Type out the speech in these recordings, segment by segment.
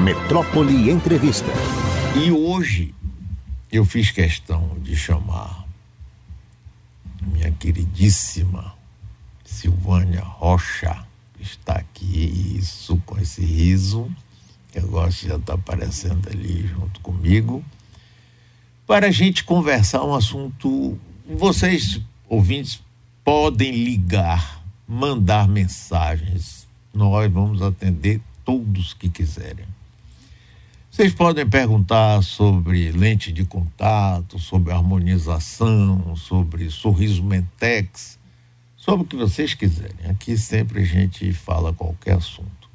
Metrópole Entrevista. E hoje eu fiz questão de chamar minha queridíssima Silvânia Rocha, que está aqui, isso, com esse riso, que eu gosto de já estar aparecendo ali junto comigo, para a gente conversar um assunto. Vocês, ouvintes, podem ligar, mandar mensagens, nós vamos atender todos que quiserem. Vocês podem perguntar sobre lente de contato, sobre harmonização, sobre sorriso Mentex, sobre o que vocês quiserem. Aqui sempre a gente fala qualquer assunto.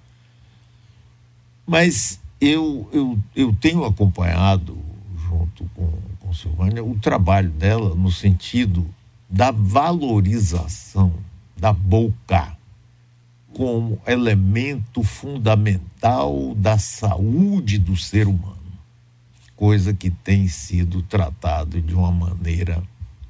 Mas eu tenho acompanhado, junto com Silvânia, o trabalho dela no sentido da valorização da boca como elemento fundamental da saúde do ser humano, coisa que tem sido tratado de uma maneira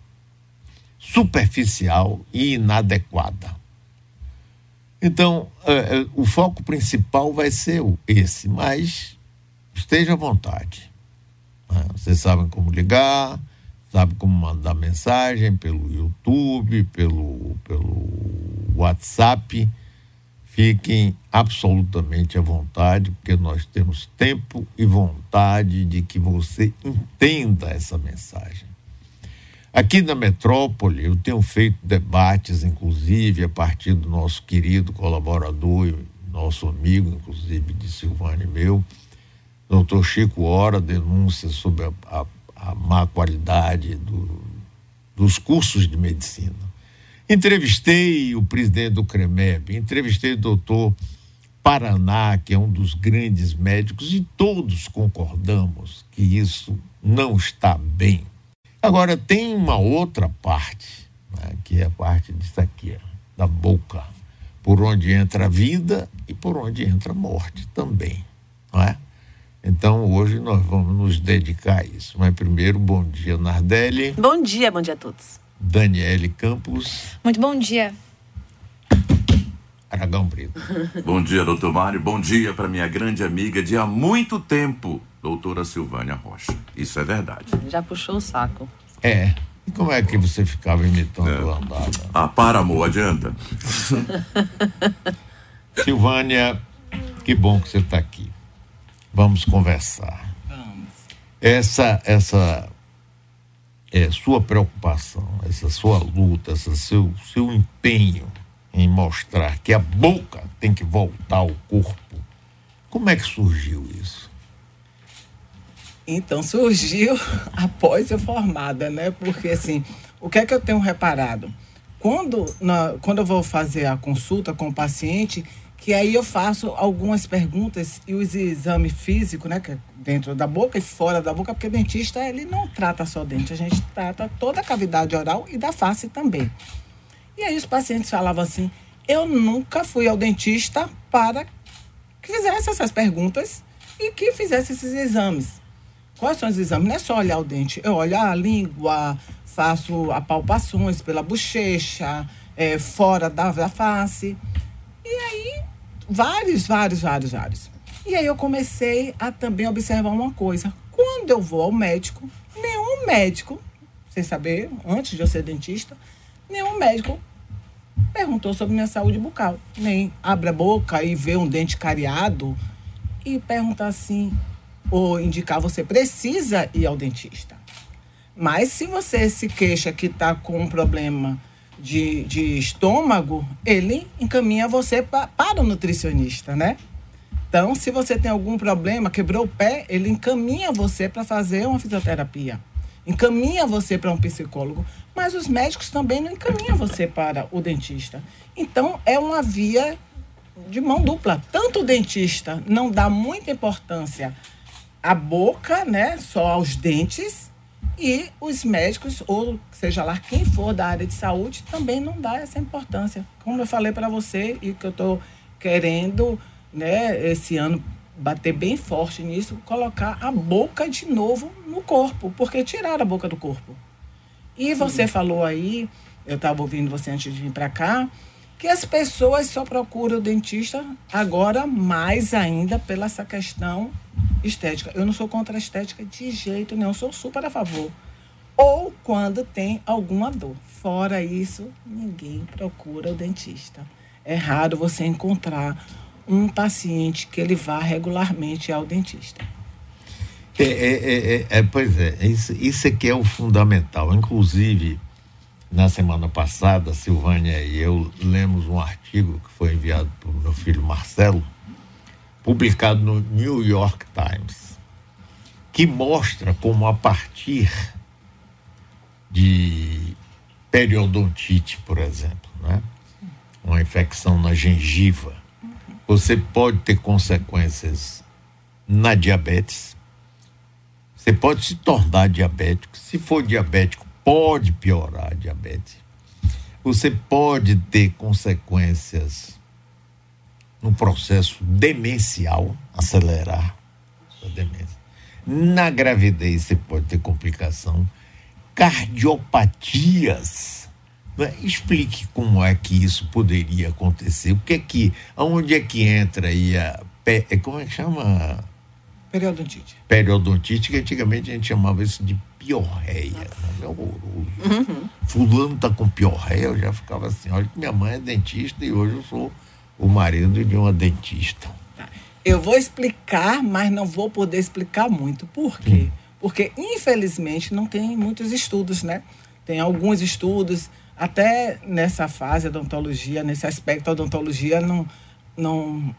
superficial e inadequada. Então, o foco principal vai ser esse, mas esteja à vontade. Vocês sabem como ligar, sabem como mandar mensagem pelo YouTube, pelo WhatsApp. Fiquem absolutamente à vontade, porque nós temos tempo e vontade de que você entenda essa mensagem. Aqui na Metrópole, eu tenho feito debates, inclusive, a partir do nosso querido colaborador e nosso amigo, inclusive, de Silvânia e meu, Dr. Chico Hora, denúncia sobre a má qualidade dos cursos de medicina. Entrevistei o presidente do CREMEB, entrevistei o doutor Paraná, que é um dos grandes médicos, e todos concordamos que isso não está bem. Agora, tem uma outra parte, né, que é a parte disso aqui, da boca, por onde entra a vida e por onde entra a morte também, não é? Então, hoje nós vamos nos dedicar a isso. Mas primeiro, bom dia, Nardelli. Bom dia a todos. Daniele Campos. Muito bom dia. Aragão Brito. Bom dia, doutor Mário. Bom dia para minha grande amiga de há muito tempo, doutora Silvânia Rocha. Isso é verdade. Já puxou o saco. E como é que você ficava imitando a andada? Para, amor, adianta. Silvânia, que bom que você está aqui. Vamos conversar. Vamos. Essa sua preocupação, essa sua luta, esse seu empenho em mostrar que a boca tem que voltar ao corpo. Como é que surgiu isso? Então, surgiu após eu formada, né? Porque, assim, o que é que eu tenho reparado? Quando eu vou fazer a consulta com o paciente, que aí eu faço algumas perguntas e os exames físicos, né? Que é dentro da boca e fora da boca, porque o dentista, ele não trata só dente, a gente trata toda a cavidade oral e da face também. E aí os pacientes falavam assim, eu nunca fui ao dentista para que fizesse essas perguntas e que fizesse esses exames. Quais são os exames? Não é só olhar o dente, eu olho a língua, faço apalpações pela bochecha, fora da face. E aí, vários. E aí eu comecei a também observar uma coisa. Quando eu vou ao médico, nenhum médico, sem saber, antes de eu ser dentista, nenhum médico perguntou sobre minha saúde bucal. Nem abre a boca e vê um dente cariado e pergunta assim, ou indicar, você precisa ir ao dentista. Mas se você se queixa que está com um problema de estômago, ele encaminha você para o nutricionista, né? Então, se você tem algum problema, quebrou o pé, ele encaminha você para fazer uma fisioterapia. Encaminha você para um psicólogo. Mas os médicos também não encaminham você para o dentista. Então, é uma via de mão dupla. Tanto o dentista não dá muita importância à boca, né? Só aos dentes. E os médicos, ou seja lá quem for da área de saúde, também não dá essa importância. Como eu falei para você, e que eu estou querendo, né, esse ano, bater bem forte nisso, colocar a boca de novo no corpo, porque tiraram a boca do corpo. E você falou aí, eu estava ouvindo você antes de vir para cá, que as pessoas só procuram o dentista agora mais ainda pela essa questão estética. Eu não sou contra a estética de jeito nenhum, sou super a favor. Ou quando tem alguma dor. Fora isso, ninguém procura o dentista. É raro você encontrar um paciente que ele vá regularmente ao dentista. Pois é, isso aqui é o fundamental. Inclusive, na semana passada, a Silvânia e eu lemos um artigo que foi enviado pelo meu filho Marcelo, publicado no New York Times, que mostra como a partir de periodontite, por exemplo, né? Uma infecção na gengiva, você pode ter consequências na diabetes, você pode se tornar diabético, se for diabético, pode piorar a diabetes. Você pode ter consequências no processo demencial, acelerar a demência. Na gravidez você pode ter complicação, cardiopatias. Explique como é que isso poderia acontecer. Aonde é que entra aí como é que chama? Periodontite. Periodontite, que antigamente a gente chamava isso de piorreia. É horroroso. Fulano tá com piorreia, eu já ficava assim, olha que minha mãe é dentista e hoje eu sou o marido de uma dentista. Eu vou explicar, mas não vou poder explicar muito. Por quê? Porque, infelizmente, não tem muitos estudos, né? Tem alguns estudos, até nessa fase da odontologia, nesse aspecto da odontologia, não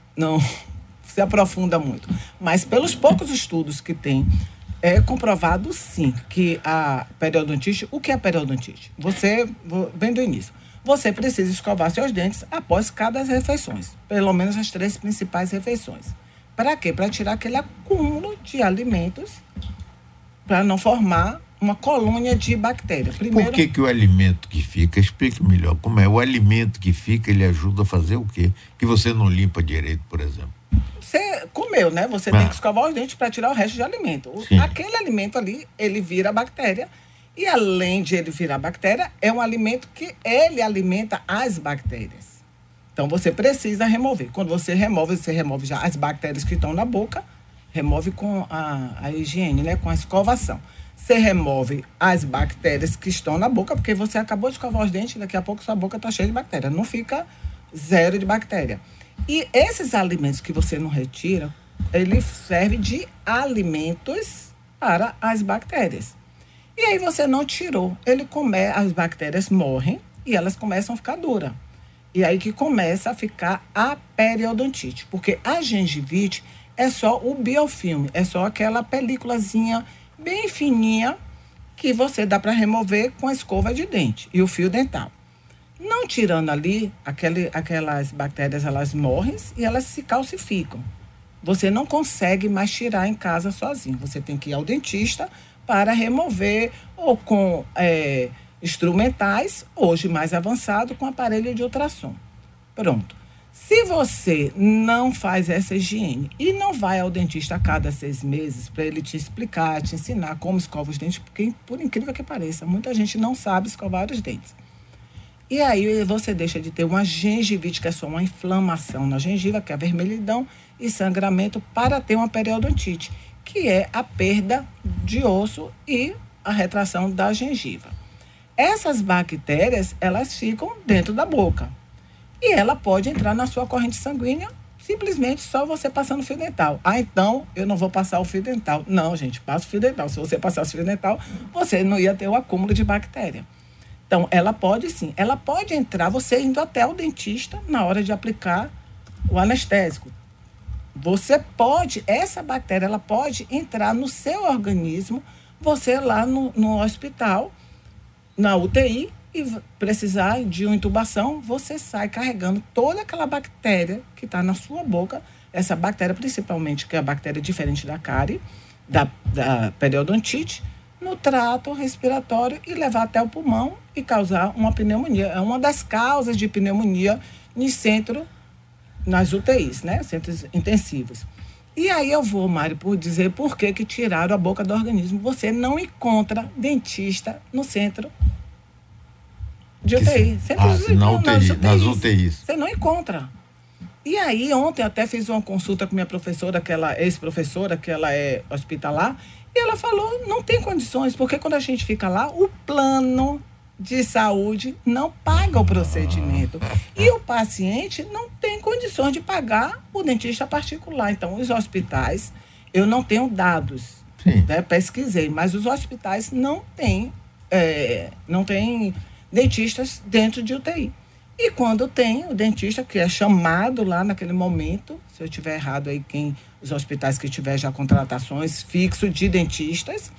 se aprofunda muito. Mas pelos poucos estudos que tem, é comprovado sim que a periodontite, o que é periodontite? Bem do início, você precisa escovar seus dentes após cada refeições, pelo menos as 3 principais refeições. Para quê? Para tirar aquele acúmulo de alimentos, para não formar uma colônia de bactérias. Primeiro, por que o alimento que fica, explique melhor como é, o alimento que fica, ele ajuda a fazer o quê? Que você não limpa direito, por exemplo. Você comeu, né? Você tem que escovar os dentes para tirar o resto de alimento. Aquele alimento ali, ele vira bactéria. E além de ele virar bactéria, é um alimento que ele alimenta as bactérias. Então, você precisa remover. Quando você remove já as bactérias que estão na boca, remove com a higiene, né? Com a escovação. Você remove as bactérias que estão na boca, porque você acabou de escovar os dentes, daqui a pouco sua boca está cheia de bactéria. Não fica zero de bactéria. E esses alimentos que você não retira, ele serve de alimentos para as bactérias. E aí você não tirou, as bactérias morrem e elas começam a ficar duras. E aí que começa a ficar a periodontite, porque a gengivite é só o biofilme, é só aquela películazinha bem fininha que você dá para remover com a escova de dente e o fio dental. Não tirando ali, aquelas bactérias, elas morrem e elas se calcificam. Você não consegue mais tirar em casa sozinho. Você tem que ir ao dentista para remover, ou com instrumentais, hoje mais avançado, com aparelho de ultrassom. Pronto. Se você não faz essa higiene e não vai ao dentista a cada 6 meses para ele te explicar, te ensinar como escova os dentes, porque, por incrível que pareça, muita gente não sabe escovar os dentes. E aí você deixa de ter uma gengivite, que é só uma inflamação na gengiva, que é a vermelhidão e sangramento, para ter uma periodontite, que é a perda de osso e a retração da gengiva. Essas bactérias, elas ficam dentro da boca. E ela pode entrar na sua corrente sanguínea, simplesmente só você passando o fio dental. Então, eu não vou passar o fio dental. Não, gente, passa o fio dental. Se você passasse o fio dental, você não ia ter o acúmulo de bactéria. Então, ela pode sim, ela pode entrar, você indo até o dentista na hora de aplicar o anestésico. Essa bactéria, ela pode entrar no seu organismo, você lá no hospital, na UTI, e precisar de uma intubação, você sai carregando toda aquela bactéria que está na sua boca, essa bactéria principalmente, que é a bactéria diferente da cárie, da periodontite, no trato respiratório e levar até o pulmão e causar uma pneumonia. É uma das causas de pneumonia nas UTIs, né? Centros intensivos. E aí eu vou, Mário, por dizer por que tiraram a boca do organismo. Você não encontra dentista no centro de UTI. Nas UTIs. Você não encontra. E aí, ontem eu até fiz uma consulta com minha professora, aquela ex-professora, que ela é hospitalar, e ela falou, não tem condições, porque quando a gente fica lá, o plano de saúde não paga o procedimento. E o paciente não tem condições de pagar o dentista particular. Então, os hospitais, eu não tenho dados, né, pesquisei, mas os hospitais não têm dentistas dentro de UTI. E quando tem o dentista, que é chamado lá naquele momento, se eu estiver errado aí, os hospitais que tiver já contratações fixo de dentistas,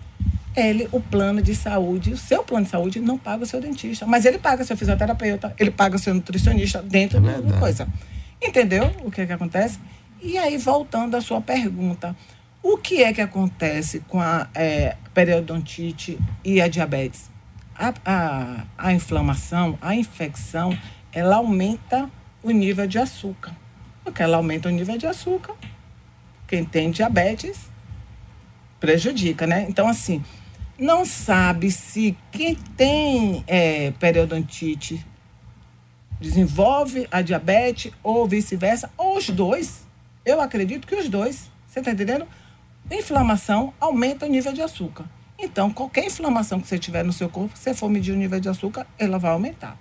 o plano de saúde, o seu plano de saúde não paga o seu dentista, mas ele paga seu fisioterapeuta, ele paga seu nutricionista dentro da coisa. Entendeu o que acontece? E aí, voltando à sua pergunta, o que é que acontece com a periodontite e a diabetes? A inflamação, a infecção, ela aumenta o nível de açúcar. Porque ela aumenta o nível de açúcar, quem tem diabetes prejudica, né? Então, assim, não sabe se quem tem periodontite desenvolve a diabetes ou vice-versa, ou os dois. Eu acredito que os dois, você está entendendo? Inflamação aumenta o nível de açúcar. Então, qualquer inflamação que você tiver no seu corpo, se você for medir o nível de açúcar, ela vai aumentar.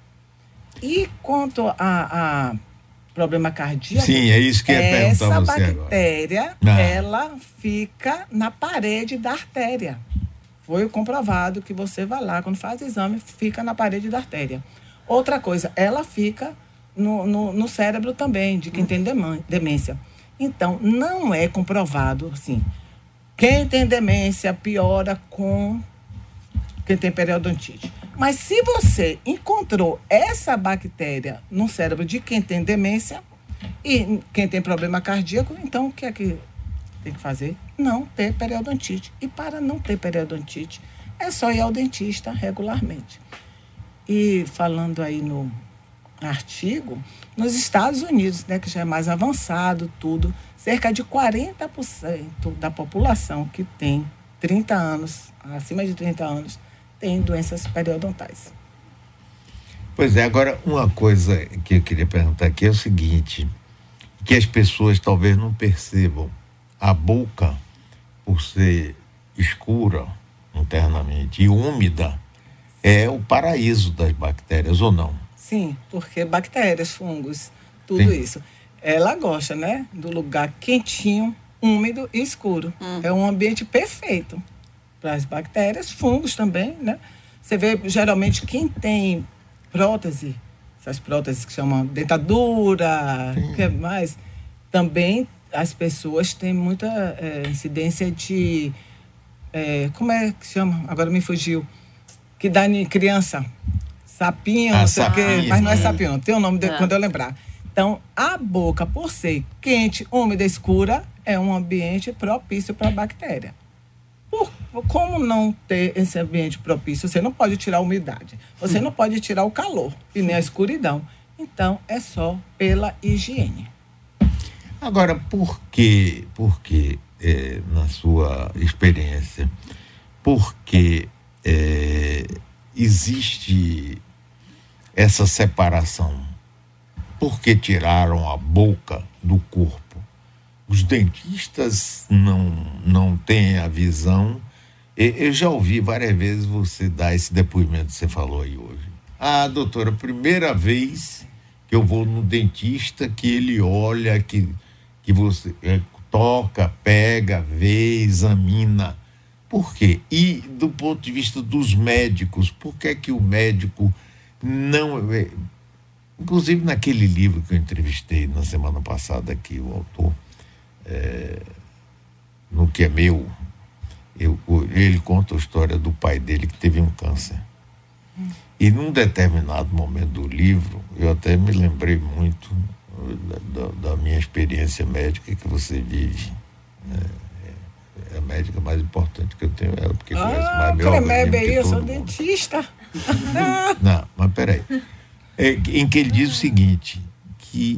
E quanto a problema cardíaco... Sim, é isso que eu ia perguntar a você agora. Essa bactéria, ela fica na parede da artéria. Foi comprovado que você vai lá, quando faz exame, fica na parede da artéria. Outra coisa, ela fica no cérebro também, de quem tem demência. Então, não é comprovado, assim... Quem tem demência piora com quem tem periodontite. Mas se você encontrou essa bactéria no cérebro de quem tem demência e quem tem problema cardíaco, então o que é que tem que fazer? Não ter periodontite. E para não ter periodontite, é só ir ao dentista regularmente. E falando aí no artigo, nos Estados Unidos, né, que já é mais avançado tudo, cerca de 40% da população que tem 30 anos, acima de 30 anos, tem doenças periodontais. Pois é, agora uma coisa que eu queria perguntar aqui é o seguinte, que as pessoas talvez não percebam, a boca, por ser escura internamente e úmida, é o paraíso das bactérias, ou não? Sim, porque bactérias, fungos, tudo isso. Ela gosta, né, do lugar quentinho, úmido e escuro. É um ambiente perfeito para as bactérias, fungos também, né? Você vê, geralmente, quem tem prótese, essas próteses que chamam dentadura, o que mais, também as pessoas têm muita incidência de... como é que chama? Agora me fugiu. Que dá em criança. Sapinho, não sei o quê, mas não é sapinho, tem o nome dele quando eu lembrar. Então, a boca, por ser quente, úmida, escura, é um ambiente propício para a bactéria. Como não ter esse ambiente propício? Você não pode tirar a umidade, você não pode tirar o calor e nem a escuridão. Então, é só pela higiene. Agora, por que na sua experiência, por que existe essa separação? Por que tiraram a boca do corpo? Os dentistas não têm a visão. Eu já ouvi várias vezes você dar esse depoimento que você falou aí hoje. Ah, doutora, primeira vez que eu vou no dentista, que ele olha, que você toca, pega, vê, examina. Por quê? E do ponto de vista dos médicos, por que é que o médico não... Inclusive naquele livro que eu entrevistei na semana passada aqui, o autor, No Que É Meu, ele conta a história do pai dele que teve um câncer. E num determinado momento do livro, eu até me lembrei muito da minha experiência médica que você vive. É a médica mais importante que eu tenho, ela, porque conhece mais meu organismo que eu todo sou mundo. dentista. Não, mas peraí. Em que ele diz o seguinte, que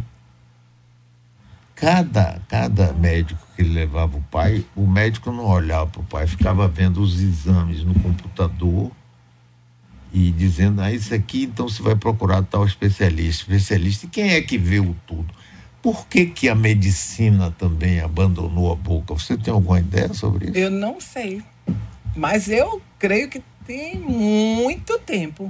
cada médico que ele levava o médico não olhava para o pai, ficava vendo os exames no computador e dizendo, isso aqui, então você vai procurar tal especialista. E quem é que vê o tudo? Por que que a medicina também abandonou a boca? Você tem alguma ideia sobre isso? Eu não sei, mas eu creio que tem muito tempo.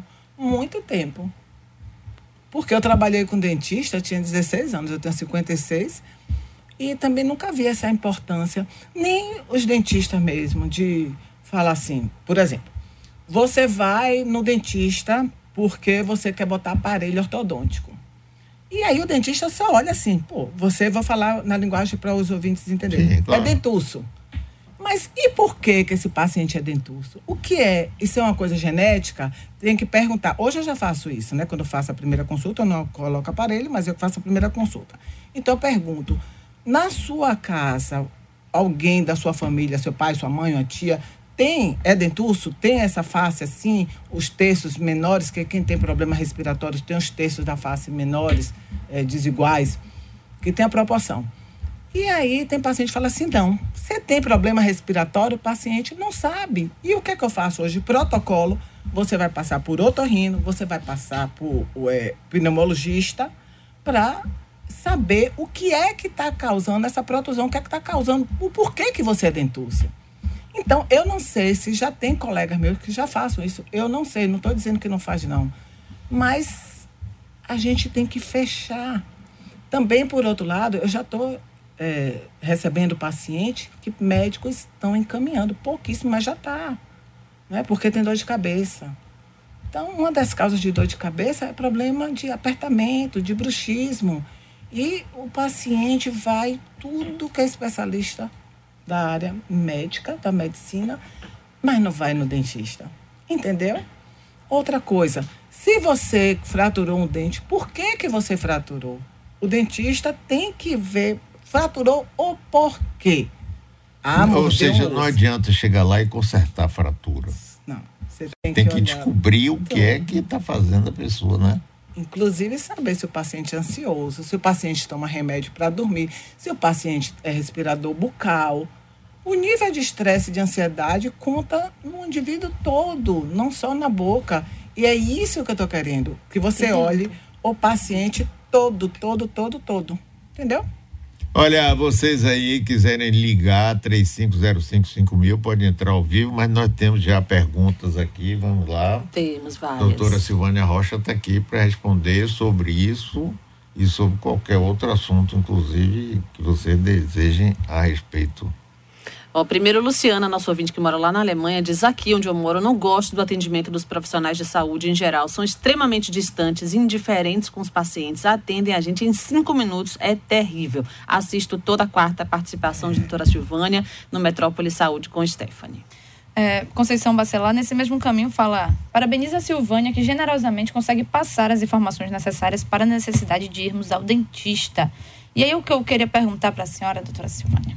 Porque eu trabalhei com dentista, eu tinha 16 anos, eu tenho 56, e também nunca vi essa importância, nem os dentistas mesmo, de falar assim, por exemplo, você vai no dentista porque você quer botar aparelho ortodôntico. E aí o dentista só olha assim, vou falar na linguagem para os ouvintes entenderem. Sim, claro. É dentuço. Mas e por que esse paciente é dentuço? O que é? Isso é uma coisa genética? Tem que perguntar. Hoje eu já faço isso, né? Quando eu faço a primeira consulta, eu não coloco aparelho, mas eu faço a primeira consulta. Então eu pergunto, na sua casa, alguém da sua família, seu pai, sua mãe, uma tia, é dentuço? Tem essa face assim, os terços menores, que quem tem problemas respiratórios tem os terços da face menores, desiguais, que tem a proporção. E aí tem paciente que fala assim, não, você tem problema respiratório, o paciente não sabe. E o que é que eu faço hoje? Protocolo, você vai passar por otorrino, você vai passar por pneumologista, para saber o que é que está causando essa protusão, o que é que está causando, o porquê que você é dentuço. Então, eu não sei se já tem colegas meus que já façam isso. Eu não sei, não estou dizendo que não faz, não. Mas a gente tem que fechar. Também, por outro lado, eu já estou recebendo paciente que médicos estão encaminhando. Pouquíssimo, mas já está. Né? Porque tem dor de cabeça. Então, uma das causas de dor de cabeça é problema de apertamento, de bruxismo. E o paciente vai, tudo que é especialista da área médica, da medicina, mas não vai no dentista. Entendeu? Outra coisa, se você fraturou um dente, por que você fraturou? O dentista tem que ver, fraturou o porquê. Ou seja, não adianta chegar lá e consertar a fratura. Não, você tem que descobrir o que é que está fazendo a pessoa, né? Inclusive saber se o paciente é ansioso, se o paciente toma remédio para dormir, se o paciente é respirador bucal. O nível de estresse e de ansiedade conta no indivíduo todo, não só na boca. E é isso que eu estou querendo, que você olhe o paciente todo. Entendeu? Olha, vocês aí quiserem ligar 35055000, pode entrar ao vivo, mas nós temos já perguntas aqui, vamos lá. Temos várias. A doutora Silvânia Rocha está aqui para responder sobre isso e sobre qualquer outro assunto, inclusive, que vocês desejem a respeito. Primeiro, Luciana, nosso ouvinte que mora lá na Alemanha, diz: aqui onde eu moro, eu não gosto do atendimento dos profissionais de saúde em geral. São extremamente distantes, indiferentes com os pacientes. Atendem a gente em 5 minutos. É terrível. Assisto toda quarta a participação de doutora Silvânia no Metrópole Saúde com Stephanie. Conceição Bacelar, nesse mesmo caminho, fala: parabeniza a Silvânia, que generosamente consegue passar as informações necessárias para a necessidade de irmos ao dentista. E aí o que eu queria perguntar para a senhora, doutora Silvânia,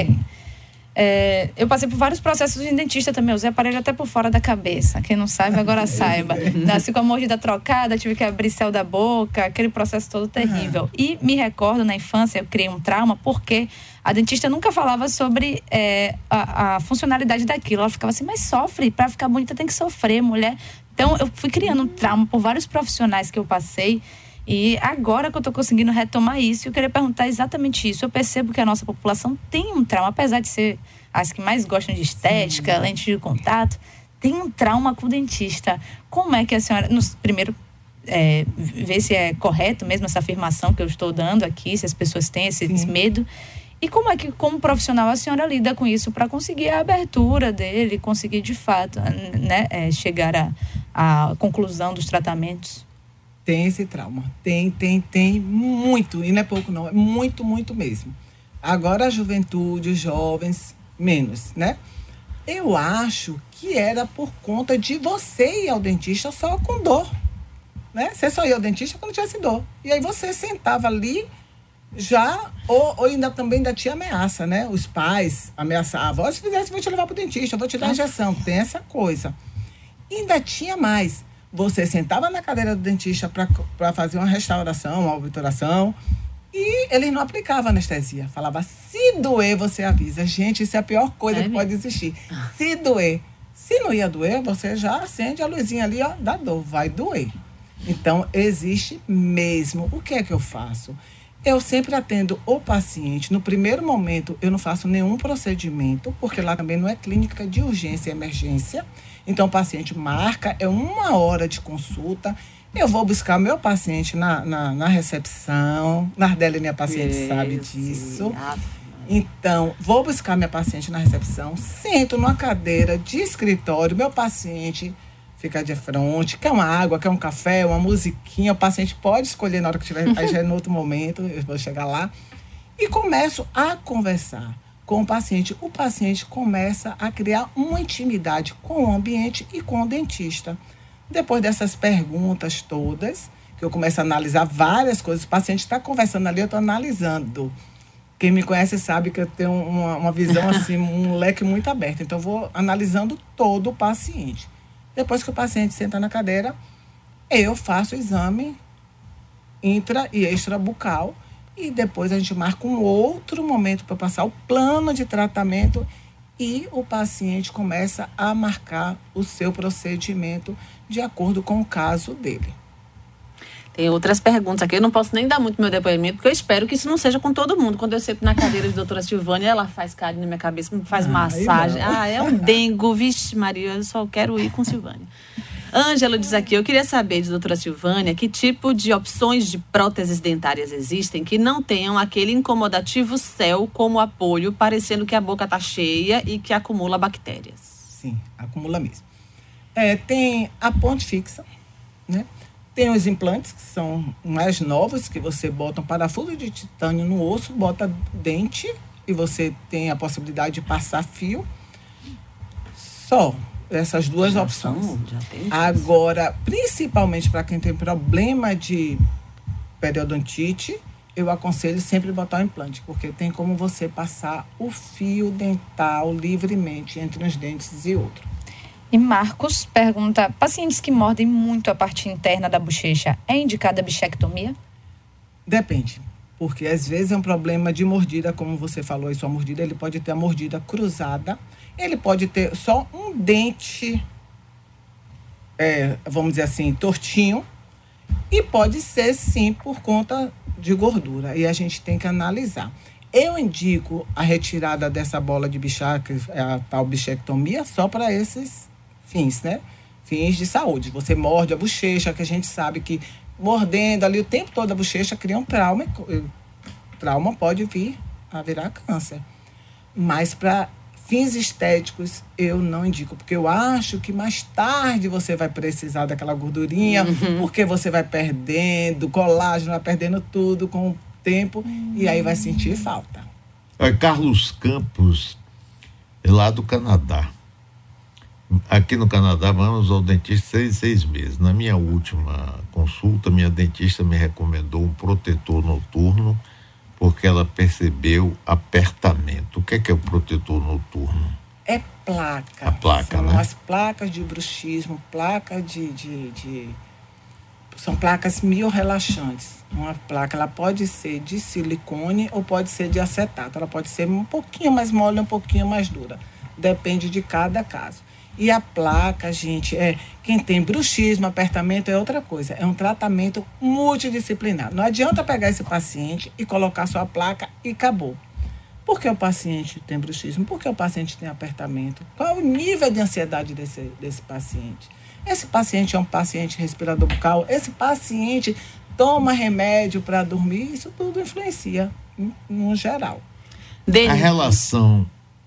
eu passei por vários processos de dentista também, usei aparelho até por fora da cabeça. Quem não sabe, agora saiba. Nasci com a mordida trocada, tive que abrir céu da boca, aquele processo todo terrível. E me recordo, na infância, eu criei um trauma, porque a dentista nunca falava sobre a funcionalidade daquilo. Ela ficava assim, mas sofre, para ficar bonita tem que sofrer, mulher. Então, eu fui criando um trauma por vários profissionais que eu passei. E agora que eu estou conseguindo retomar isso, eu queria perguntar exatamente isso. Eu percebo que a nossa população tem um trauma, apesar de ser as que mais gostam de estética, lente de contato, tem um trauma com o dentista. Como é que a senhora, primeiro, ver se é correto mesmo essa afirmação que eu estou dando aqui, se as pessoas têm esse medo, e como é que, como profissional, a senhora lida com isso para conseguir a abertura dele, conseguir de fato, né, chegar à conclusão dos tratamentos? Tem esse trauma, tem muito, e não é pouco não, é muito mesmo. Agora a juventude, os jovens, menos, né? Eu acho que era por conta de você ir ao dentista só com dor, né? Você só ia ao dentista quando tivesse dor. E aí você sentava ali já, ou ainda tinha ameaça, né? Os pais ameaçavam, se fizesse, vou te levar pro dentista, vou te dar injeção, tem essa coisa. E ainda tinha mais. Você sentava na cadeira do dentista para fazer uma restauração, uma obturação, e eles não aplicavam anestesia. Falava, se doer, você avisa. Gente, isso é a pior coisa que pode existir. Se doer. Se não ia doer, você já acende a luzinha ali, ó, da dor, vai doer. Então, existe mesmo. O que é que eu faço? Eu sempre atendo o paciente. No primeiro momento, eu não faço nenhum procedimento, porque lá também não é clínica de urgência e emergência. Então, o paciente marca, é 1 hora de consulta. Eu vou buscar meu paciente na recepção. Nardelli, minha paciente, sabe disso. Então, vou buscar minha paciente na recepção, sento numa cadeira de escritório, meu paciente fica de frente, quer uma água, quer um café, uma musiquinha, o paciente pode escolher na hora que tiver, aí já é no outro momento, eu vou chegar lá, e começo a conversar com o paciente. O paciente começa a criar uma intimidade com o ambiente e com o dentista. Depois dessas perguntas todas, que eu começo a analisar várias coisas, o paciente está conversando ali, eu estou analisando. Quem me conhece sabe que eu tenho uma visão assim, um leque muito aberto. Então, eu vou analisando todo o paciente. Depois que o paciente senta na cadeira, eu faço o exame intra e extrabucal e depois a gente marca um outro momento para passar o plano de tratamento e o paciente começa a marcar o seu procedimento de acordo com o caso dele. Tem outras perguntas aqui. Eu não posso nem dar muito meu depoimento, porque eu espero que isso não seja com todo mundo. Quando eu sento na cadeira de doutora Silvânia, ela faz carinho na minha cabeça, me faz massagem. É um dengo. Vixe, Maria, eu só quero ir com Silvânia. Ângelo diz aqui, eu queria saber de doutora Silvânia que tipo de opções de próteses dentárias existem que não tenham aquele incomodativo céu como apoio, parecendo que a boca está cheia e que acumula bactérias. Sim, acumula mesmo. Tem a ponte fixa, né? Tem os implantes, que são mais novos, que você bota um parafuso de titânio no osso, bota dente e você tem a possibilidade de passar fio. Só essas duas opções. Agora, principalmente para quem tem problema de periodontite, eu aconselho sempre botar o implante, porque tem como você passar o fio dental livremente entre uns dentes e outro. E Marcos pergunta, pacientes que mordem muito a parte interna da bochecha, é indicada a bichectomia? Depende, porque às vezes é um problema de mordida, como você falou, e sua mordida, ele pode ter a mordida cruzada, ele pode ter só um dente, vamos dizer assim, tortinho, e pode ser sim por conta de gordura, e a gente tem que analisar. Eu indico a retirada dessa bola de bichaca, a tal bichectomia, só para esses fins, né? Fins de saúde. Você morde a bochecha, que a gente sabe que mordendo ali o tempo todo a bochecha cria um trauma. Trauma pode vir a virar câncer. Mas para fins estéticos, eu não indico, porque eu acho que mais tarde você vai precisar daquela gordurinha, porque você vai perdendo colágeno, vai perdendo tudo com o tempo, e aí vai sentir falta. Carlos Campos, lá do Canadá. Aqui no Canadá, vamos ao dentista 6 meses. Na minha última consulta, minha dentista me recomendou um protetor noturno, porque ela percebeu apertamento. O que é o protetor noturno? É placa. A placa, são, né? As placas de bruxismo, são placas miorrelaxantes. Uma placa, ela pode ser de silicone ou pode ser de acetato. Ela pode ser um pouquinho mais mole, um pouquinho mais dura. Depende de cada caso. E a placa, gente, quem tem bruxismo, apertamento é outra coisa. É um tratamento multidisciplinar. Não adianta pegar esse paciente e colocar só a placa e acabou. Por que o paciente tem bruxismo? Por que o paciente tem apertamento? Qual é o nível de ansiedade desse paciente? Esse paciente é um paciente respirador bucal? Esse paciente toma remédio para dormir? Isso tudo influencia, no geral. A relação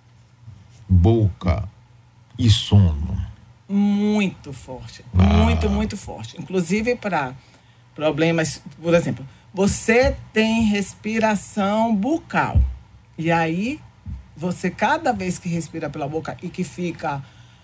boca e sono? Muito forte. Muito forte. Inclusive para problemas, por exemplo, você tem respiração bucal. E aí, você cada vez que respira pela boca e que fica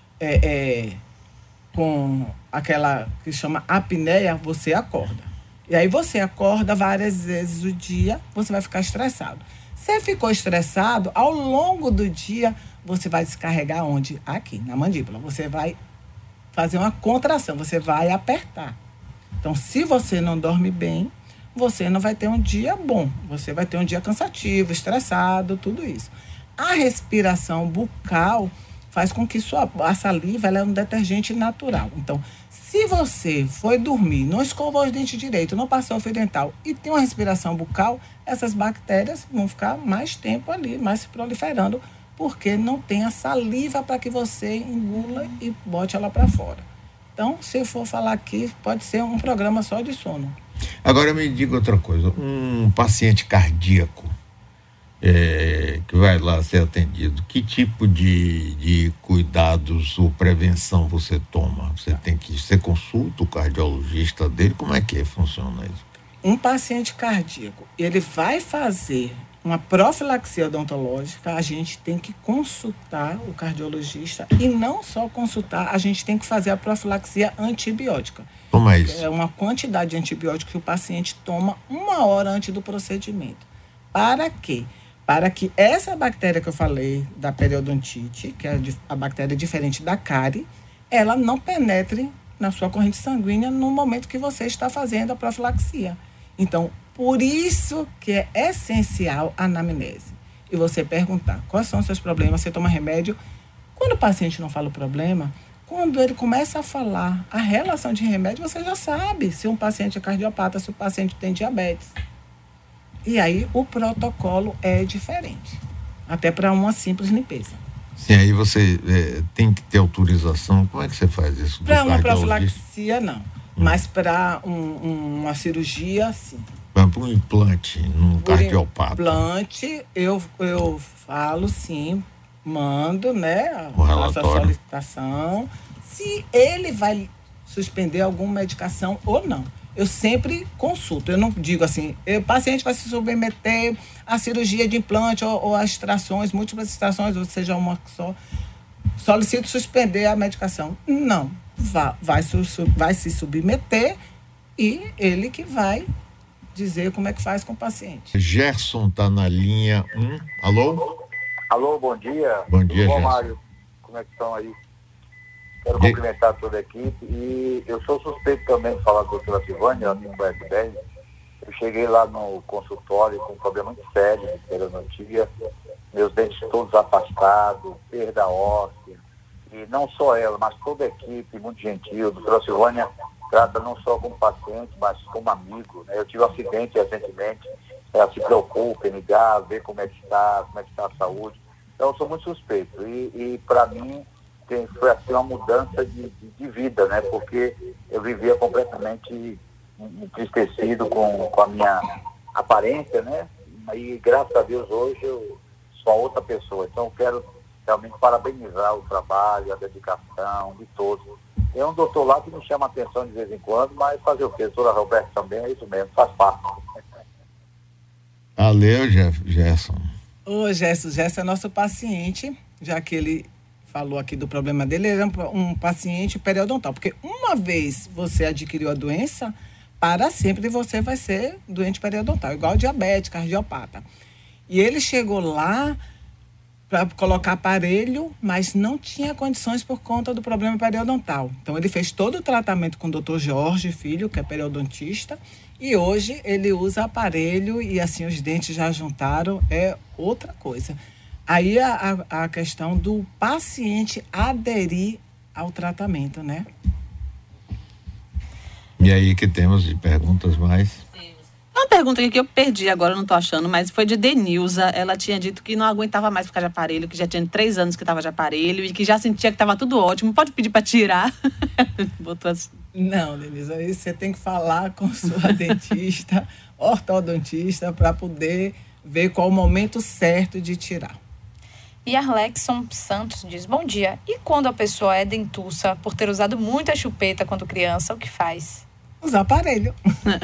com aquela que chama apneia, você acorda. E aí você acorda várias vezes o dia, você vai ficar estressado. Você ficou estressado, ao longo do dia, você vai descarregar onde? Aqui, na mandíbula. Você vai fazer uma contração, você vai apertar. Então, se você não dorme bem, você não vai ter um dia bom. Você vai ter um dia cansativo, estressado, tudo isso. A respiração bucal faz com que a saliva ela é um detergente natural. Então, se você foi dormir, não escovou os dentes direito, não passou o fio dental e tem uma respiração bucal, essas bactérias vão ficar mais tempo ali, mais se proliferando, porque não tem a saliva para que você engula e bote ela para fora. Então, se eu for falar aqui, pode ser um programa só de sono. Agora me diga outra coisa, um paciente cardíaco que vai lá ser atendido, que tipo de cuidados ou prevenção você toma? Você consulta o cardiologista dele? Como é que funciona isso? Um paciente cardíaco, ele vai fazer uma profilaxia odontológica, a gente tem que consultar o cardiologista e não só consultar, a gente tem que fazer a profilaxia antibiótica. Como é isso? É uma quantidade de antibiótico que o paciente toma 1 hora antes do procedimento. Para quê? Para que essa bactéria que eu falei, da periodontite, que é a bactéria diferente da cárie, ela não penetre na sua corrente sanguínea no momento que você está fazendo a profilaxia. Então, por isso que é essencial a anamnese. E você perguntar quais são os seus problemas, você toma remédio. Quando o paciente não fala o problema, quando ele começa a falar a relação de remédio, você já sabe se um paciente é cardiopata, se o paciente tem diabetes. E aí o protocolo é diferente, até para uma simples limpeza. Sim, aí você tem que ter autorização. Como é que você faz isso? Para uma profilaxia, não. Mas para uma cirurgia, sim. Para um implante num cardiopata. Implante, eu falo sim, mando, né? O relatório. A solicitação. Se ele vai suspender alguma medicação ou não. Eu sempre consulto, eu não digo assim, o paciente vai se submeter à cirurgia de implante ou a extrações, múltiplas extrações, ou seja, uma só, solicito suspender a medicação. Não, vai se submeter e ele que vai dizer como é que faz com o paciente. Gerson está na linha 1. Alô? Alô, bom dia. Bom dia, Gerson. Mário. Como é que estão aí? Quero cumprimentar toda a equipe e eu sou suspeito também de falar com a doutora Silvânia, ela me conhece bem. Eu cheguei lá no consultório com um problema muito sério de periodontia, meus dentes todos afastados, perda óssea, e não só ela, mas toda a equipe, muito gentil. A doutora Silvânia trata não só como paciente, mas como amigo, né? Eu tive um acidente recentemente, ela se preocupa em ligar, ver como é que está a saúde. Então eu sou muito suspeito e para mim foi assim uma mudança de vida, né? Porque eu vivia completamente entristecido com a minha aparência, né? E graças a Deus hoje eu sou outra pessoa. Então eu quero realmente parabenizar o trabalho, a dedicação de todos. Tem um doutor lá que me chama a atenção de vez em quando, mas fazer o quê? A doutora Roberta também é isso mesmo, faz parte. Valeu, Gerson. Ô, Gerson é nosso paciente, já que ele falou aqui do problema dele, ele é um paciente periodontal, porque uma vez você adquiriu a doença, para sempre você vai ser doente periodontal, igual diabetes, cardiopata. E ele chegou lá para colocar aparelho, mas não tinha condições por conta do problema periodontal. Então ele fez todo o tratamento com o Dr. Jorge Filho, que é periodontista, e hoje ele usa aparelho e assim os dentes já juntaram, é outra coisa. Aí a questão do paciente aderir ao tratamento, né? E aí que temos de perguntas mais? Uma pergunta que eu perdi agora, não tô achando, mas foi de Denilza. Ela tinha dito que não aguentava mais ficar de aparelho, que já tinha 3 anos que estava de aparelho e que já sentia que estava tudo ótimo. Pode pedir para tirar? Botou assim. Não, Denilza, aí você tem que falar com sua dentista, ortodontista, para poder ver qual o momento certo de tirar. E Arlexson Santos diz, bom dia. E quando a pessoa é dentuça por ter usado muita chupeta quando criança, o que faz? Usar aparelho.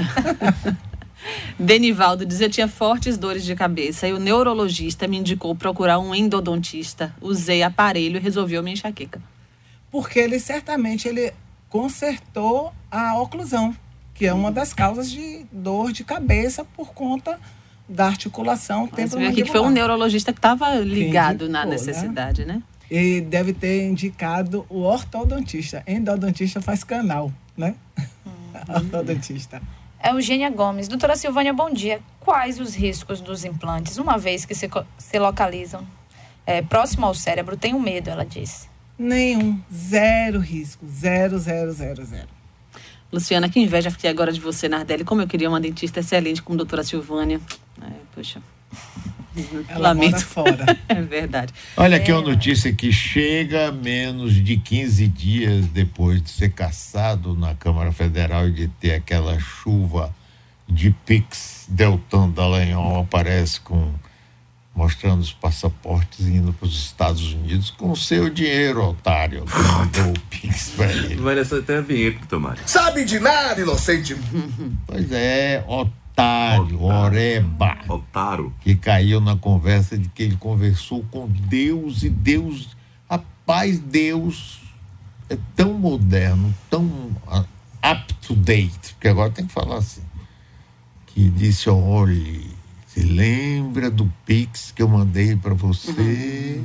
Denivaldo diz, eu tinha fortes dores de cabeça e o neurologista me indicou procurar um endodontista. Usei aparelho e resolveu minha enxaqueca. Porque ele certamente consertou a oclusão, que é uma das causas de dor de cabeça por conta da articulação temporomandibular. Aqui que foi um neurologista que estava ligado indicou, na necessidade, né? E deve ter indicado o ortodontista. Endodontista faz canal, né? Ortodontista. Eugênia Gomes. Doutora Silvânia, bom dia. Quais os riscos dos implantes, uma vez que se localizam? próximo ao cérebro, tenho medo, ela disse. Nenhum, zero risco, zero. Luciana, que inveja fiquei agora de você, Nardelli. Como eu queria uma dentista excelente como a doutora Silvânia. Poxa. Ela mora fora. É verdade. Olha aqui uma notícia que chega menos de 15 dias depois de ser cassado na Câmara Federal e de ter aquela chuva de Pix. Deltan Dallagnol aparece mostrando os passaportes indo para os Estados Unidos com o seu dinheiro, otário, que mandou o Pix para ele. Vai essa até a vinheta, Tomari. Sabe de nada, inocente. Pois é, otário, oreba. Otário. Que caiu na conversa de que ele conversou com Deus e Deus, rapaz, Deus é tão moderno, tão up to date, porque agora tem que falar assim, que disse, olhe, se lembra do Pix que eu mandei para você?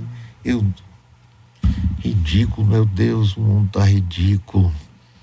Ridículo, meu Deus, o mundo tá ridículo.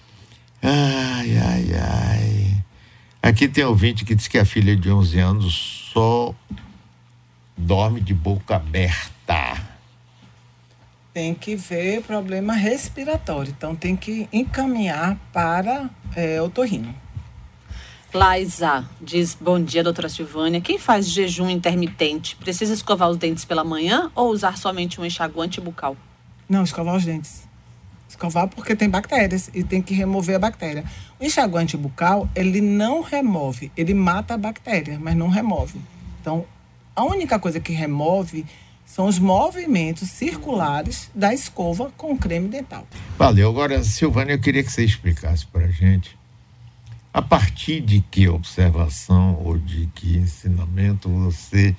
Ai. Aqui tem ouvinte que diz que a filha de 11 anos só dorme de boca aberta. Tem que ver problema respiratório, então tem que encaminhar para otorrino. Laisa diz, bom dia, doutora Silvânia. Quem faz jejum intermitente precisa escovar os dentes pela manhã ou usar somente um enxaguante bucal? Não, escovar os dentes. Escovar porque tem bactérias e tem que remover a bactéria. O enxaguante bucal, ele não remove, ele mata a bactéria, mas não remove. Então, a única coisa que remove são os movimentos circulares da escova com creme dental. Valeu. Agora, Silvânia, eu queria que você explicasse para a gente a partir de que observação ou de que ensinamento você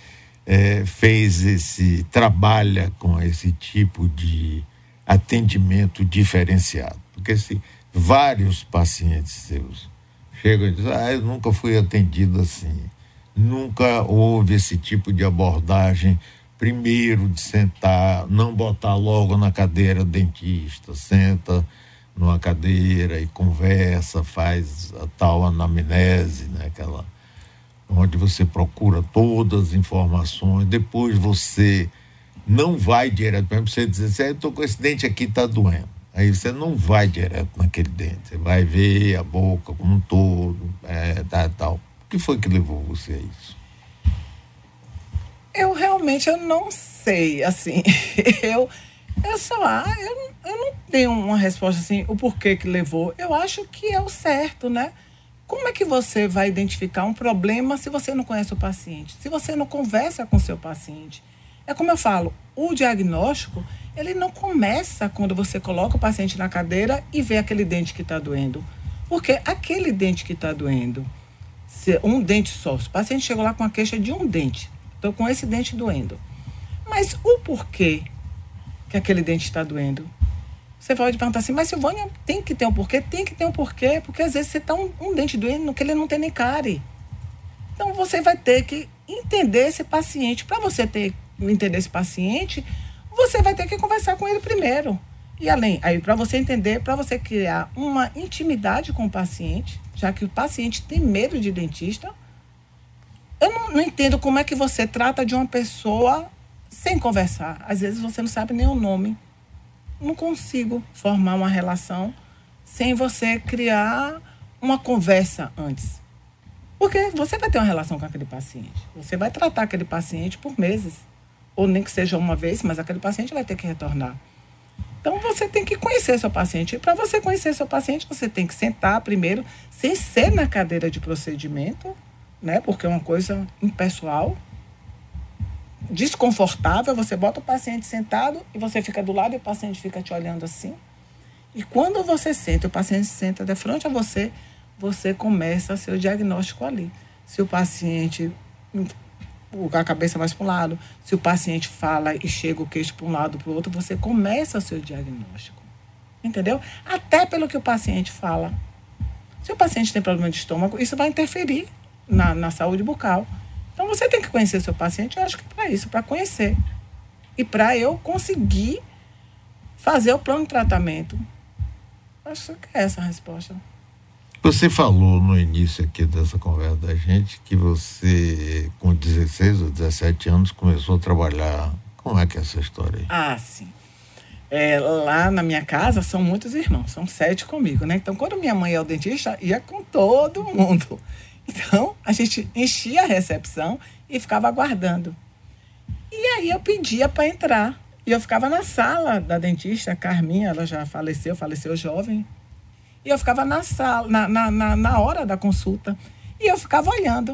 trabalha com esse tipo de atendimento diferenciado. Porque se vários pacientes seus chegam e dizem, eu nunca fui atendido assim, nunca houve esse tipo de abordagem, primeiro de sentar, não botar logo na cadeira o dentista, senta numa cadeira e conversa, faz a tal anamnese, né? Aquela onde você procura todas as informações, depois você não vai direto, por exemplo, você diz assim, eu estou com esse dente aqui, está doendo. Aí você não vai direto naquele dente, você vai ver a boca como um todo, tal. O que foi que levou você a isso? Eu realmente não sei, assim, eu não tenho uma resposta assim, o porquê que levou. Eu acho que é o certo, né? Como é que você vai identificar um problema se você não conhece o paciente? Se você não conversa com o seu paciente? É como eu falo, o diagnóstico, ele não começa quando você coloca o paciente na cadeira e vê aquele dente que está doendo. Porque aquele dente que está doendo, se um dente só, o paciente chegou lá com a queixa de um dente, estou com esse dente doendo. Mas o porquê que aquele dente está doendo? Você pode perguntar assim, mas Silvânia, tem que ter um porquê? Tem que ter um porquê, porque às vezes você está um dente doendo que ele não tem nem cárie. Então você vai ter que entender esse paciente. Para você entender esse paciente, você vai ter que conversar com ele primeiro. E aí para você entender, para você criar uma intimidade com o paciente, já que o paciente tem medo de dentista, eu não entendo como é que você trata de uma pessoa sem conversar. Às vezes você não sabe nem o nome. Não consigo formar uma relação sem você criar uma conversa antes. Porque você vai ter uma relação com aquele paciente. Você vai tratar aquele paciente por meses. Ou nem que seja uma vez, mas aquele paciente vai ter que retornar. Então você tem que conhecer seu paciente. E para você conhecer seu paciente, você tem que sentar primeiro, sem ser na cadeira de procedimento, né? Porque é uma coisa impessoal, desconfortável. Você bota o paciente sentado e você fica do lado e o paciente fica te olhando assim. E quando você senta, o paciente senta de frente a você, você começa seu diagnóstico ali. Se o paciente a cabeça mais para um lado, se o paciente fala e chega o queixo para um lado para o outro, você começa o seu diagnóstico. Entendeu? Até pelo que o paciente fala. Se o paciente tem problema de estômago, isso vai interferir na saúde bucal. Então você tem que conhecer seu paciente, eu acho que para isso, para conhecer. E para eu conseguir fazer o plano de tratamento. Acho que é essa a resposta. Você falou no início aqui dessa conversa da gente que você, com 16 ou 17 anos, começou a trabalhar Como é que é essa história aí? Ah, sim. Lá na minha casa são muitos irmãos, são 7 comigo, né? Então, quando minha mãe ia ao dentista, ia com todo mundo. Então, a gente enchia a recepção e ficava aguardando. E aí eu pedia para entrar. E eu ficava na sala da dentista, a Carminha, ela já faleceu jovem. E eu ficava na sala, na hora da consulta. E eu ficava olhando.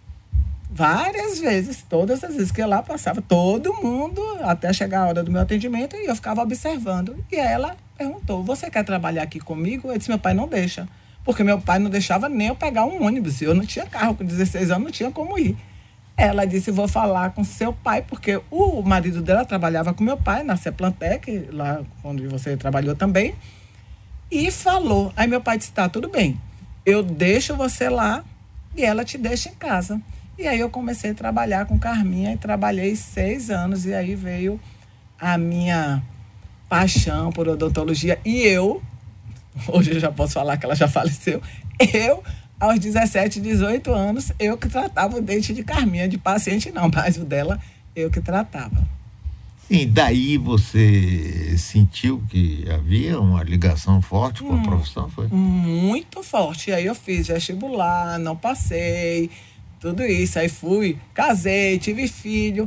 Várias vezes, todas as vezes que eu lá passava, todo mundo, até chegar a hora do meu atendimento, e eu ficava observando. E ela perguntou, você quer trabalhar aqui comigo? Eu disse, meu pai não deixa. Porque meu pai não deixava nem eu pegar um ônibus. Eu não tinha carro, com 16 anos não tinha como ir. Ela disse, vou falar com seu pai, porque o marido dela trabalhava com meu pai na Ceplantec, lá onde você trabalhou também. E falou. Aí meu pai disse, tá, tudo bem. Eu deixo você lá e ela te deixa em casa. E aí eu comecei a trabalhar com Carminha e trabalhei 6 anos. E aí veio a minha paixão por odontologia. E eu, hoje eu já posso falar que ela já faleceu, aos 17, 18 anos, eu que tratava o dente de Carminha, de paciente não, mas o dela eu que tratava. E daí você sentiu que havia uma ligação forte com a profissão, foi? Muito forte. E aí eu fiz vestibular, não passei, tudo isso. Aí fui, casei, tive filho.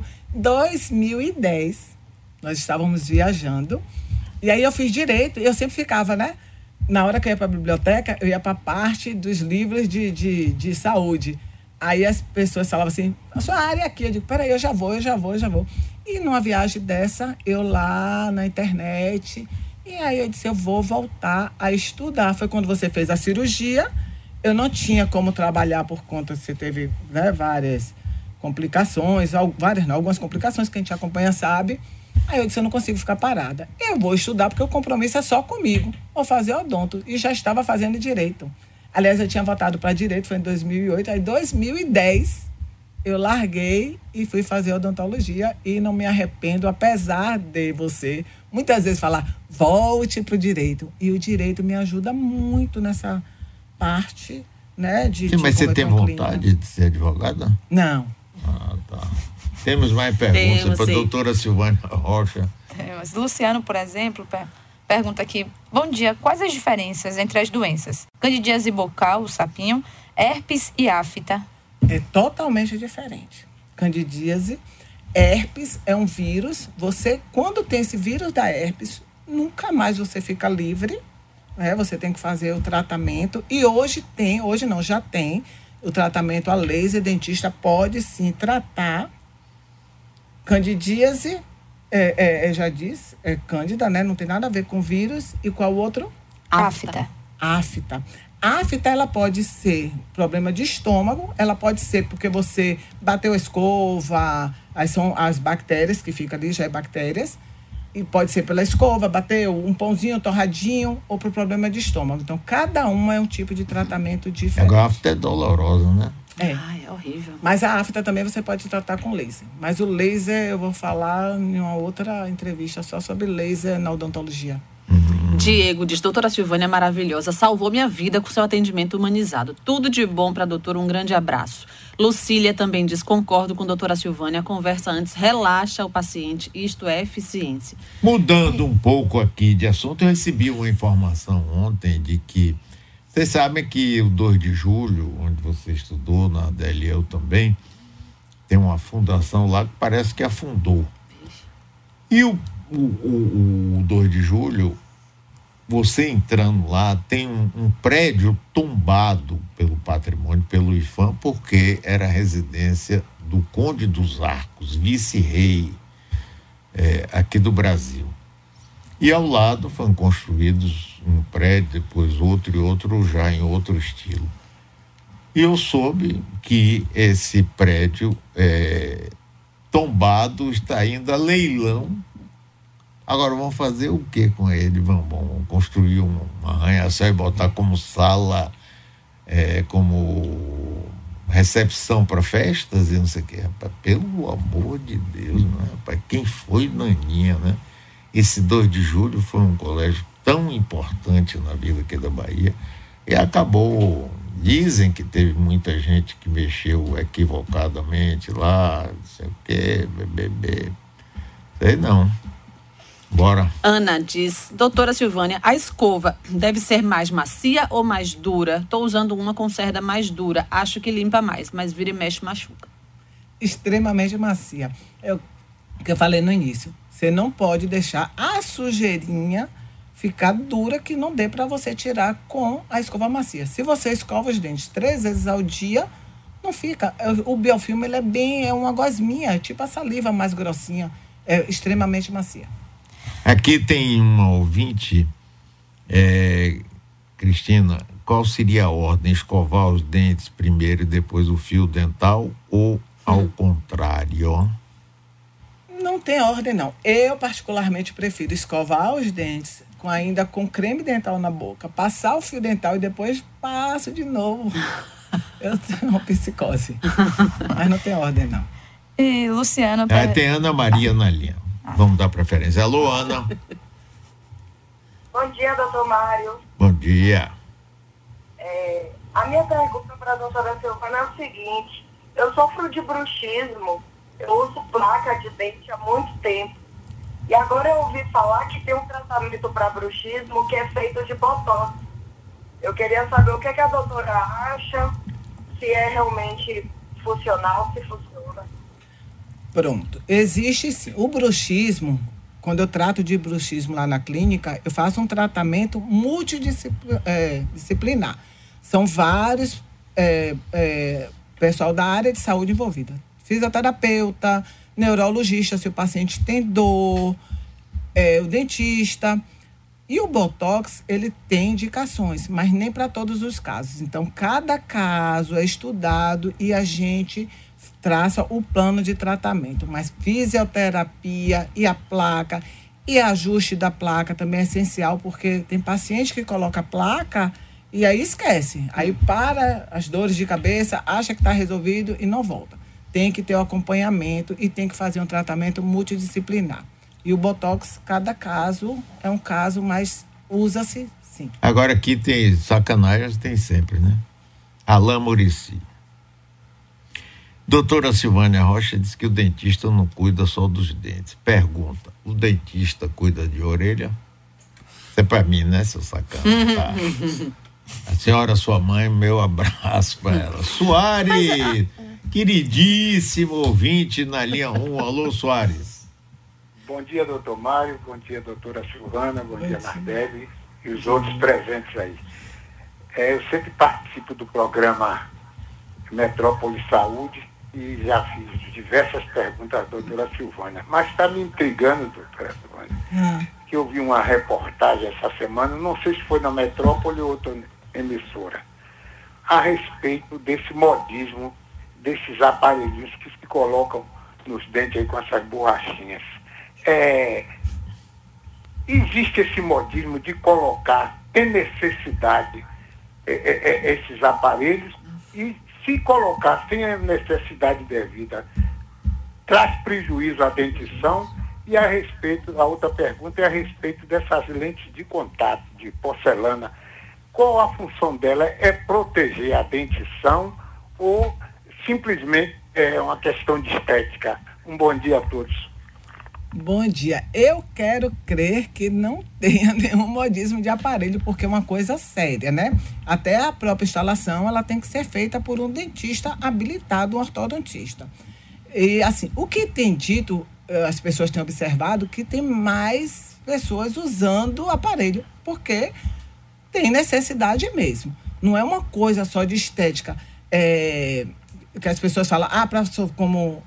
2010, nós estávamos viajando. E aí eu fiz direito, e eu sempre ficava, né? Na hora que eu ia para a biblioteca, eu ia para a parte dos livros de saúde. Aí as pessoas falavam assim, a sua área é aqui. Eu digo, peraí, eu já vou. E numa viagem dessa, eu lá na internet, e aí eu disse, eu vou voltar a estudar. Foi quando você fez a cirurgia, eu não tinha como trabalhar por conta que você teve, né, várias complicações, algumas complicações que a gente acompanha sabe. Aí eu disse, eu não consigo ficar parada. Eu vou estudar porque o compromisso é só comigo. Vou fazer odonto. E já estava fazendo direito. Aliás, eu tinha voltado para direito, foi em 2008. Aí em 2010, eu larguei e fui fazer odontologia. E não me arrependo, apesar de você muitas vezes falar, volte para o direito. E o direito me ajuda muito nessa parte, né? Sim, mas você tem vontade de ser advogada? Não. Ah, tá. Temos mais perguntas para a doutora Silvânia Rocha. Temos. Luciano, por exemplo, pergunta aqui, bom dia, quais as diferenças entre as doenças? Candidíase bucal, o sapinho, herpes e afta? É totalmente diferente. Candidíase, herpes é um vírus. Você, quando tem esse vírus da herpes, nunca mais você fica livre, né? Você tem que fazer o tratamento. E hoje não, já tem o tratamento a laser. Dentista pode sim tratar. Candidíase, já disse, é cândida, né? Não tem nada a ver com vírus. E qual outro? Afta. Afta, ela pode ser problema de estômago, ela pode ser porque você bateu a escova, aí são as bactérias que ficam ali, já é bactérias, e pode ser pela escova, bateu um pãozinho torradinho, ou por problema de estômago. Então, cada uma é um tipo de tratamento diferente. A afta é dolorosa, né? Ai, é horrível. Mas a afta também você pode tratar com laser. Mas o laser, eu vou falar em uma outra entrevista só sobre laser na odontologia. Diego diz, doutora Silvânia é maravilhosa, salvou minha vida com seu atendimento humanizado. Tudo de bom para a doutora, um grande abraço. Lucília também diz, concordo com a doutora Silvânia, a conversa antes relaxa o paciente, isto é eficiência. Mudando um pouco aqui de assunto, eu recebi uma informação ontem de que, vocês sabem que o 2 de julho, onde você estudou, na DLU também, tem uma fundação lá que parece que afundou. E o 2 de julho, você entrando lá, tem um prédio tombado pelo patrimônio, pelo IFAM, porque era a residência do Conde dos Arcos, vice-rei aqui do Brasil. E ao lado foram construídos um prédio, depois outro e outro já em outro estilo. E eu soube que esse prédio tombado está indo a leilão. Agora vamos fazer o que com ele? Vamos construir um arranha-céu e botar como sala, como recepção para festas e não sei o que. Rapaz, pelo amor de Deus, né, rapaz? Quem foi Naninha, né? Esse 2 de julho foi um colégio tão importante na vida aqui da Bahia e acabou, dizem que teve muita gente que mexeu equivocadamente lá, não sei o que, Sei não. Bora. Ana diz, doutora Silvânia, a escova deve ser mais macia ou mais dura? Estou usando uma com cerda mais dura. Acho que limpa mais, mas vira e mexe machuca. Extremamente macia. É o que eu falei no início. Você não pode deixar a sujeirinha ficar dura que não dê para você tirar com a escova macia. Se você escova os dentes 3 vezes ao dia, não fica. O biofilme, ele é uma gosminha, tipo a saliva mais grossinha. É extremamente macia. Aqui tem uma ouvinte, Cristina, qual seria a ordem? Escovar os dentes primeiro e depois o fio dental ou ao contrário? Não tem ordem, não. Eu, particularmente, prefiro escovar os dentes ainda com creme dental na boca, passar o fio dental e depois passo de novo. Eu tenho uma psicose. Mas não tem ordem, não. E Luciana... Tem Ana Maria na linha. Vamos dar preferência. Alô, Ana. Bom dia, doutor Mário. Bom dia. A minha pergunta para a doutora Silvana é o seguinte: eu sofro de bruxismo, eu uso placa de dente há muito tempo. E agora eu ouvi falar que tem um tratamento para bruxismo que é feito de botox. Eu queria saber o que a doutora acha, se é realmente funcional, se funciona. Pronto. Existe sim. O bruxismo, quando eu trato de bruxismo lá na clínica, eu faço um tratamento multidisciplinar. São vários pessoal da área de saúde envolvida. Fisioterapeuta, neurologista, se o paciente tem dor, o dentista. E o Botox, ele tem indicações, mas nem para todos os casos. Então, cada caso é estudado e a gente traça o plano de tratamento. Mas fisioterapia e a placa e ajuste da placa também é essencial, porque tem paciente que coloca a placa e aí esquece. Aí para as dores de cabeça, acha que está resolvido e não volta. Tem que ter o acompanhamento e tem que fazer um tratamento multidisciplinar. E o Botox, cada caso é um caso, mas usa-se sim. Agora aqui tem sacanagem, tem sempre, né? Alain Muricy. Doutora Silvânia Rocha diz que o dentista não cuida só dos dentes. Pergunta, o dentista cuida de orelha? Isso é pra mim, né, seu sacana? Tá. A senhora, sua mãe, meu abraço para ela. Soares, queridíssimo ouvinte na linha 1. Alô, Soares. Bom dia, doutor Mário. Bom dia, doutora Silvana. Bom dia, Nardelli e os outros presentes aí. Eu sempre participo do programa Metrópole Saúde e já fiz diversas perguntas à doutora Silvânia. Mas está me intrigando, doutora Silvânia, que eu vi uma reportagem essa semana, não sei se foi na Metrópole ou outra emissora, a respeito desse modismo, desses aparelhos que se colocam nos dentes aí com essas borrachinhas. Existe esse modismo de colocar, tem necessidade esses aparelhos, e se colocar sem a necessidade devida, traz prejuízo à dentição. E a outra pergunta é a respeito dessas lentes de contato, de porcelana. Qual a função dela? É proteger a dentição ou simplesmente é uma questão de estética? Um bom dia a todos. Bom dia. Eu quero crer que não tenha nenhum modismo de aparelho, porque é uma coisa séria, né? Até a própria instalação, ela tem que ser feita por um dentista habilitado, um ortodontista. E, assim, o que tem dito, as pessoas têm observado que tem mais pessoas usando o aparelho, porque tem necessidade mesmo. Não é uma coisa só de estética. Que as pessoas falam, como...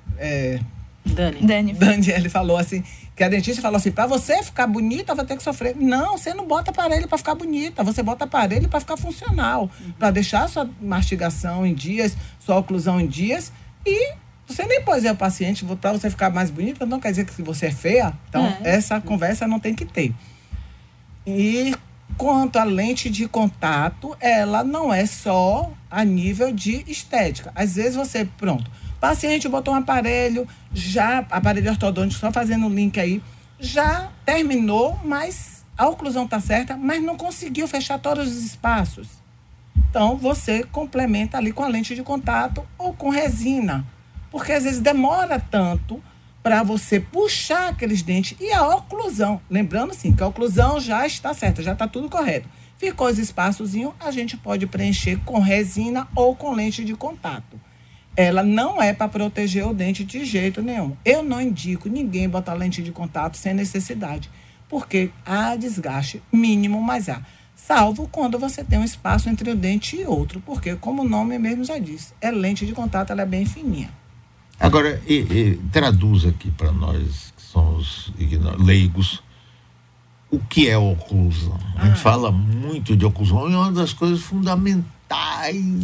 Dani falou assim, que a dentista falou assim, para você ficar bonita, vai ter que sofrer. Não, você não bota aparelho para ficar bonita, você bota aparelho para ficar funcional, para deixar sua mastigação em dias, sua oclusão em dias, e você nem pode dizer ao paciente, para você ficar mais bonita, não quer dizer que você é feia. Então, essa conversa não tem que ter. E quanto à lente de contato, ela não é só a nível de estética. Às vezes você, paciente botou um aparelho ortodôntico, só fazendo o link aí, já terminou, mas a oclusão está certa, mas não conseguiu fechar todos os espaços. Então, você complementa ali com a lente de contato ou com resina, porque às vezes demora tanto para você puxar aqueles dentes. E a oclusão, lembrando assim, que a oclusão já está certa, já está tudo correto. Ficou os espaçozinhos, a gente pode preencher com resina ou com lente de contato. Ela não é para proteger o dente de jeito nenhum. Eu não indico ninguém botar lente de contato sem necessidade, porque há desgaste mínimo, mas há. Salvo quando você tem um espaço entre um dente e outro, porque, como o nome mesmo já diz, é lente de contato, ela é bem fininha. Agora, traduz aqui para nós, que somos leigos, o que é oclusão? A gente fala muito de oclusão, e é uma das coisas fundamentais,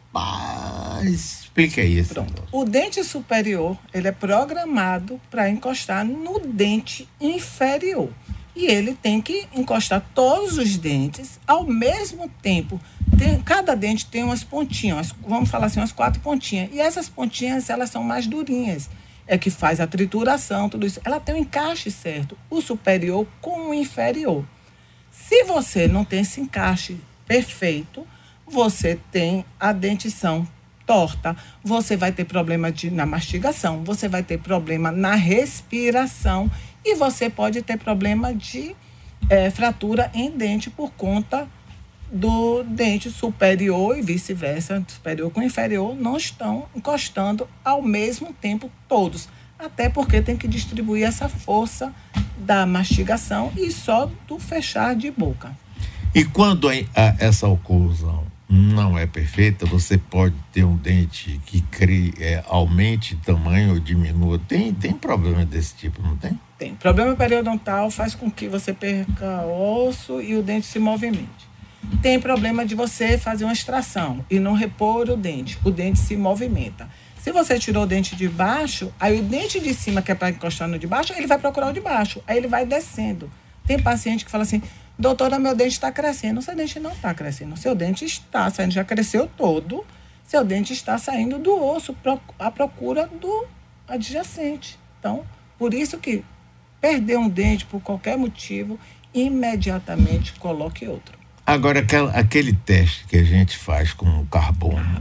rapaz. Explica aí esse negócio. O dente superior, ele é programado para encostar no dente inferior. E ele tem que encostar todos os dentes ao mesmo tempo. Cada dente tem umas pontinhas, vamos falar assim, umas 4 pontinhas. E essas pontinhas, elas são mais durinhas. É que faz a trituração, tudo isso. Ela tem um encaixe certo, o superior com o inferior. Se você não tem esse encaixe perfeito, você tem a dentição torta, você vai ter problema na mastigação, você vai ter problema na respiração e você pode ter problema de fratura em dente por conta do dente superior e vice-versa, superior com inferior, não estão encostando ao mesmo tempo todos. Até porque tem que distribuir essa força da mastigação e só do fechar de boca. E quando essa oclusão não é perfeita, você pode ter um dente que aumente tamanho ou diminua. Tem problema desse tipo, não tem? Tem. Problema periodontal faz com que você perca osso e o dente se movimente. Tem problema de você fazer uma extração e não repor o dente se movimenta. Se você tirou o dente de baixo, aí o dente de cima, que é para encostar no de baixo, ele vai procurar o de baixo, aí ele vai descendo. Tem paciente que fala assim: doutora, meu dente está crescendo. Seu dente não está crescendo, seu dente está saindo, já cresceu todo, seu dente está saindo do osso à procura do adjacente. Então, por isso que perder um dente por qualquer motivo, imediatamente coloque outro. Agora, aquele teste que a gente faz com o carbono,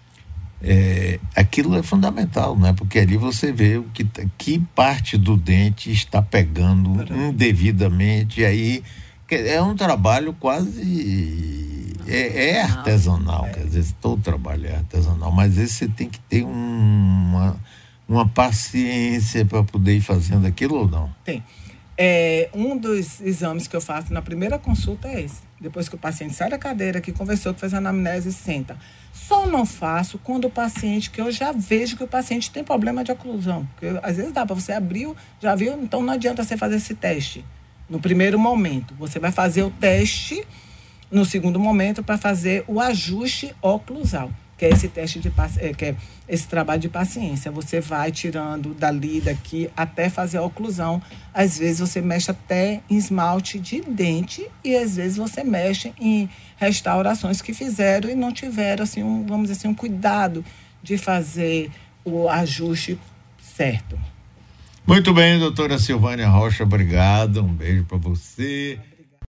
aquilo é fundamental, né? Porque ali você vê que parte do dente está pegando indevidamente, aí é um trabalho quase artesanal, quer dizer, todo trabalho é artesanal, mas esse você tem que ter uma paciência para poder ir fazendo aquilo ou não? Tem. Um dos exames que eu faço na primeira consulta é esse. Depois que o paciente sai da cadeira, que conversou, que fez a anamnese e senta. Só não faço quando o paciente, que eu já vejo que o paciente tem problema de oclusão. Porque às vezes dá para você abrir, já viu? Então não adianta você fazer esse teste no primeiro momento. Você vai fazer o teste no segundo momento para fazer o ajuste oclusal, que é esse teste que é esse trabalho de paciência. Você vai tirando dali, daqui, até fazer a oclusão. Às vezes você mexe até em esmalte de dente e às vezes você mexe em restaurações que fizeram e não tiveram, assim, vamos dizer assim, um cuidado de fazer o ajuste certo. Muito bem, doutora Silvânia Rocha, obrigado, um beijo para você.